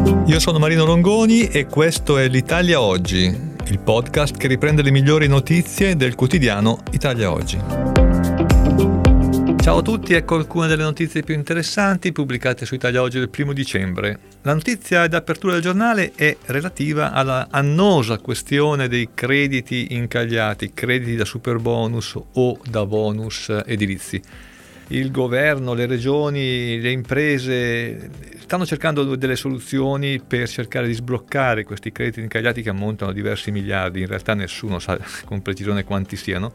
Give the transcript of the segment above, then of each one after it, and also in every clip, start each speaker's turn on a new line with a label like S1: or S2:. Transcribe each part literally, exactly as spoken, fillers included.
S1: Io sono Marino Longoni e questo è l'Italia Oggi, il podcast che riprende le migliori notizie del quotidiano Italia Oggi. Ciao a tutti, ecco alcune delle notizie più interessanti pubblicate su Italia Oggi del primo dicembre. La notizia d'apertura del giornale è relativa alla annosa questione dei crediti incagliati, crediti da superbonus o da bonus edilizi. Il governo, le regioni, le imprese stanno cercando delle soluzioni per cercare di sbloccare questi crediti incagliati che ammontano a diversi miliardi, in realtà nessuno sa con precisione quanti siano.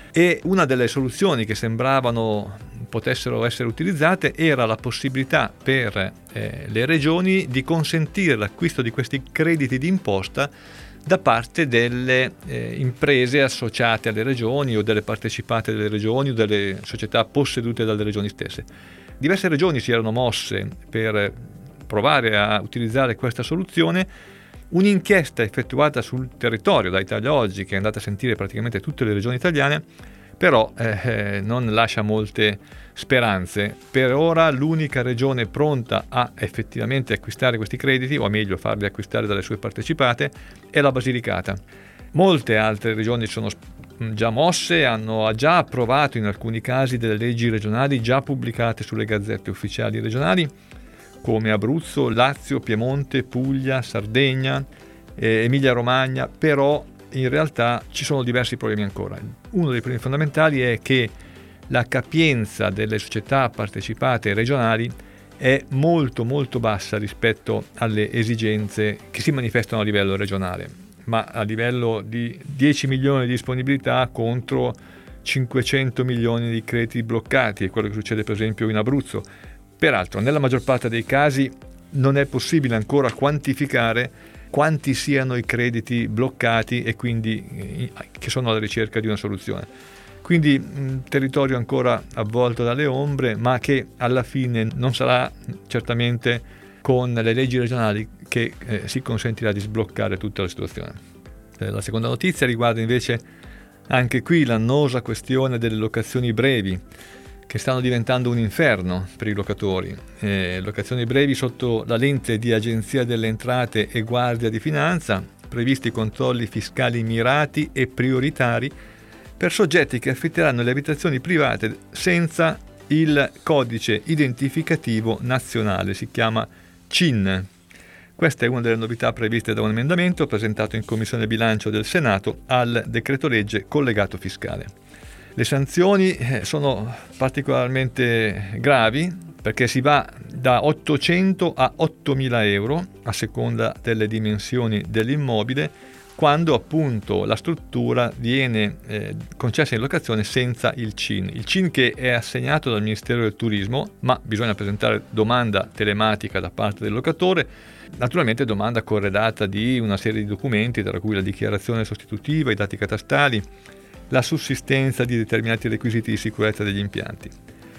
S1: E una delle soluzioni che sembravano potessero essere utilizzate era la possibilità per eh, le regioni di consentire l'acquisto di questi crediti d'imposta da parte delle eh, imprese associate alle regioni o delle partecipate delle regioni o delle società possedute dalle regioni stesse. Diverse regioni si erano mosse per provare a utilizzare questa soluzione. Un'inchiesta effettuata sul territorio da Italia Oggi, che è andata a sentire praticamente tutte le regioni italiane, però eh, non lascia molte speranze. Per ora l'unica regione pronta a effettivamente acquistare questi crediti, o a meglio farli acquistare dalle sue partecipate, è la Basilicata. Molte altre regioni sono già mosse, hanno già approvato in alcuni casi delle leggi regionali già pubblicate sulle gazzette ufficiali regionali, come Abruzzo, Lazio, Piemonte, Puglia, Sardegna, eh, Emilia-Romagna, però in realtà ci sono diversi problemi ancora. Uno dei problemi fondamentali è che la capienza delle società partecipate regionali è molto molto bassa rispetto alle esigenze che si manifestano a livello regionale, ma a livello di dieci milioni di disponibilità contro cinquecento milioni di crediti bloccati, è quello che succede per esempio in Abruzzo. Peraltro, nella maggior parte dei casi non è possibile ancora quantificare quanti siano i crediti bloccati e quindi eh, che sono alla ricerca di una soluzione. Quindi un territorio ancora avvolto dalle ombre, ma che alla fine non sarà certamente con le leggi regionali che eh, si consentirà di sbloccare tutta la situazione. Eh, la seconda notizia riguarda invece anche qui l'annosa questione delle locazioni brevi, che stanno diventando un inferno per i locatori. Eh, locazioni brevi sotto la lente di Agenzia delle Entrate e Guardia di Finanza, previsti controlli fiscali mirati e prioritari per soggetti che affitteranno le abitazioni private senza il codice identificativo nazionale, si chiama C I N. Questa è una delle novità previste da un emendamento presentato in Commissione Bilancio del Senato al decreto legge collegato fiscale. Le sanzioni sono particolarmente gravi perché si va da ottocento a ottomila euro a seconda delle dimensioni dell'immobile, quando appunto la struttura viene eh, concessa in locazione senza il C I N. Il C I N che è assegnato dal Ministero del Turismo, ma bisogna presentare domanda telematica da parte del locatore, naturalmente domanda corredata di una serie di documenti, tra cui la dichiarazione sostitutiva, i dati catastali, la sussistenza di determinati requisiti di sicurezza degli impianti.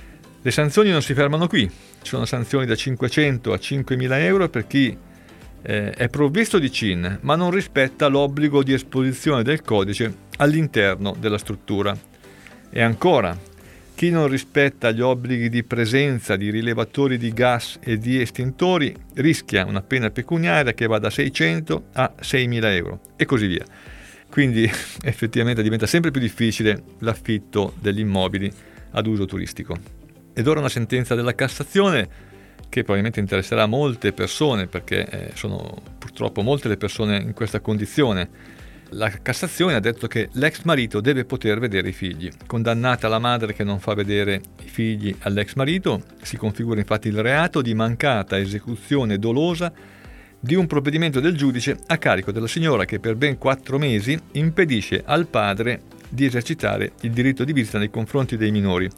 S1: Le sanzioni non si fermano qui, ci sono sanzioni da cinquecento a cinquemila euro per chi eh, è provvisto di C I N ma non rispetta l'obbligo di esposizione del codice all'interno della struttura. E ancora, chi non rispetta gli obblighi di presenza di rilevatori di gas e di estintori rischia una pena pecuniaria che va da seicento a seimila euro e così via. Quindi effettivamente diventa sempre più difficile l'affitto degli immobili ad uso turistico. Ed ora una sentenza della Cassazione che probabilmente interesserà molte persone, perché eh, sono purtroppo molte le persone in questa condizione. La Cassazione ha detto che l'ex marito deve poter vedere i figli. Condannata la madre che non fa vedere i figli all'ex marito, si configura infatti il reato di mancata esecuzione dolosa di un provvedimento del giudice a carico della signora che per ben quattro mesi impedisce al padre di esercitare il diritto di visita nei confronti dei minori.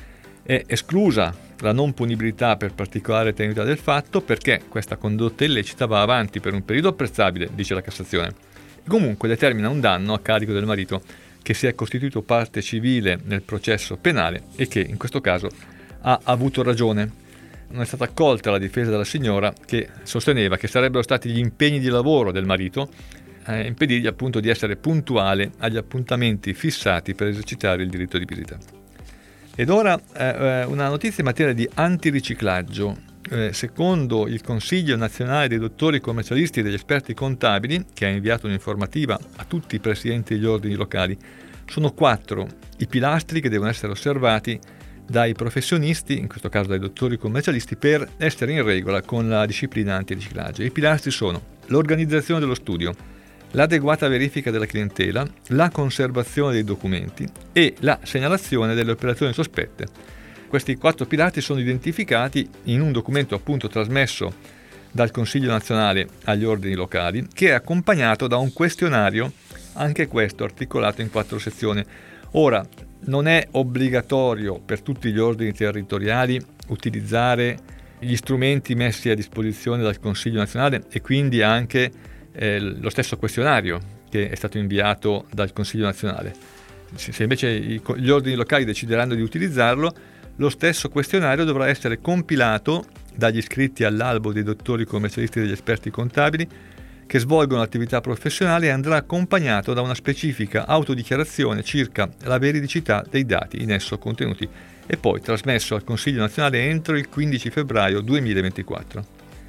S1: È esclusa la non punibilità per particolare tenuità del fatto perché questa condotta illecita va avanti per un periodo apprezzabile, dice la Cassazione. Comunque determina un danno a carico del marito che si è costituito parte civile nel processo penale e che in questo caso ha avuto ragione. Non è stata accolta la difesa della signora che sosteneva che sarebbero stati gli impegni di lavoro del marito a impedirgli appunto di essere puntuale agli appuntamenti fissati per esercitare il diritto di visita. Ed ora eh, una notizia in materia di antiriciclaggio. eh, secondo il Consiglio Nazionale dei Dottori Commercialisti e degli Esperti Contabili, che ha inviato un'informativa a tutti i presidenti degli ordini locali, sono quattro i pilastri che devono essere osservati dai professionisti, in questo caso dai dottori commercialisti, per essere in regola con la disciplina antiriciclaggio. I pilastri sono l'organizzazione dello studio, l'adeguata verifica della clientela, la conservazione dei documenti e la segnalazione delle operazioni sospette. Questi quattro pilastri sono identificati in un documento appunto trasmesso dal Consiglio nazionale agli ordini locali, che è accompagnato da un questionario, anche questo articolato in quattro sezioni. Ora, non è obbligatorio per tutti gli ordini territoriali utilizzare gli strumenti messi a disposizione dal Consiglio nazionale e quindi anche eh, lo stesso questionario che è stato inviato dal Consiglio nazionale. Se invece i, gli ordini locali decideranno di utilizzarlo, lo stesso questionario dovrà essere compilato dagli iscritti all'albo dei dottori commercialisti e degli esperti contabili che svolgono attività professionale e andrà accompagnato da una specifica autodichiarazione circa la veridicità dei dati in esso contenuti e poi trasmesso al Consiglio nazionale entro il quindici febbraio duemilaventiquattro.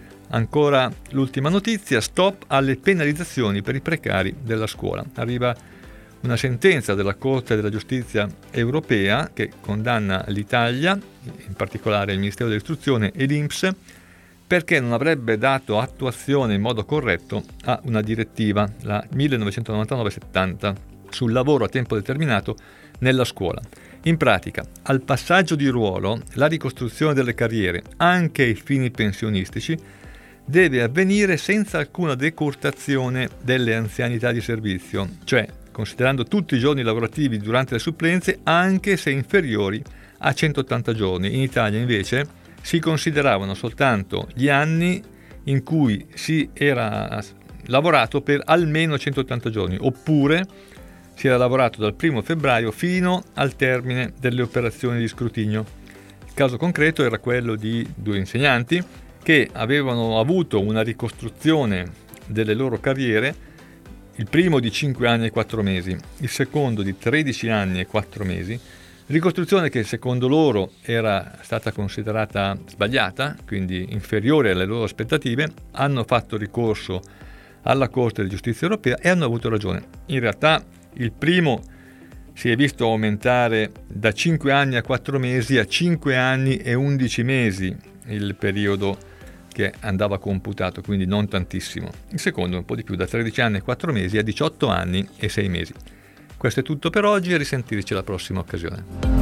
S1: Ancora l'ultima notizia: stop alle penalizzazioni per i precari della scuola. Arriva una sentenza della Corte della Giustizia europea che condanna l'Italia, in particolare il Ministero dell'Istruzione e l'I N P S, perché non avrebbe dato attuazione in modo corretto a una direttiva, la millenovecentonovantanove settanta, sul lavoro a tempo determinato nella scuola. In pratica, al passaggio di ruolo, la ricostruzione delle carriere, anche ai fini pensionistici, deve avvenire senza alcuna decurtazione delle anzianità di servizio, cioè considerando tutti i giorni lavorativi durante le supplenze, anche se inferiori a centottanta giorni. In Italia, invece, si consideravano soltanto gli anni in cui si era lavorato per almeno centottanta giorni, oppure si era lavorato dal primo febbraio fino al termine delle operazioni di scrutinio. Il caso concreto era quello di due insegnanti che avevano avuto una ricostruzione delle loro carriere, il primo di cinque anni e quattro mesi, il secondo di tredici anni e quattro mesi, ricostruzione che secondo loro era stata considerata sbagliata, quindi inferiore alle loro aspettative. Hanno fatto ricorso alla Corte di Giustizia europea e hanno avuto ragione. In realtà il primo si è visto aumentare da cinque anni a quattro mesi a cinque anni e undici mesi il periodo che andava computato, quindi non tantissimo. Il secondo un po' di più, da tredici anni e quattro mesi a diciotto anni e sei mesi. Questo è tutto per oggi e risentirci alla prossima occasione.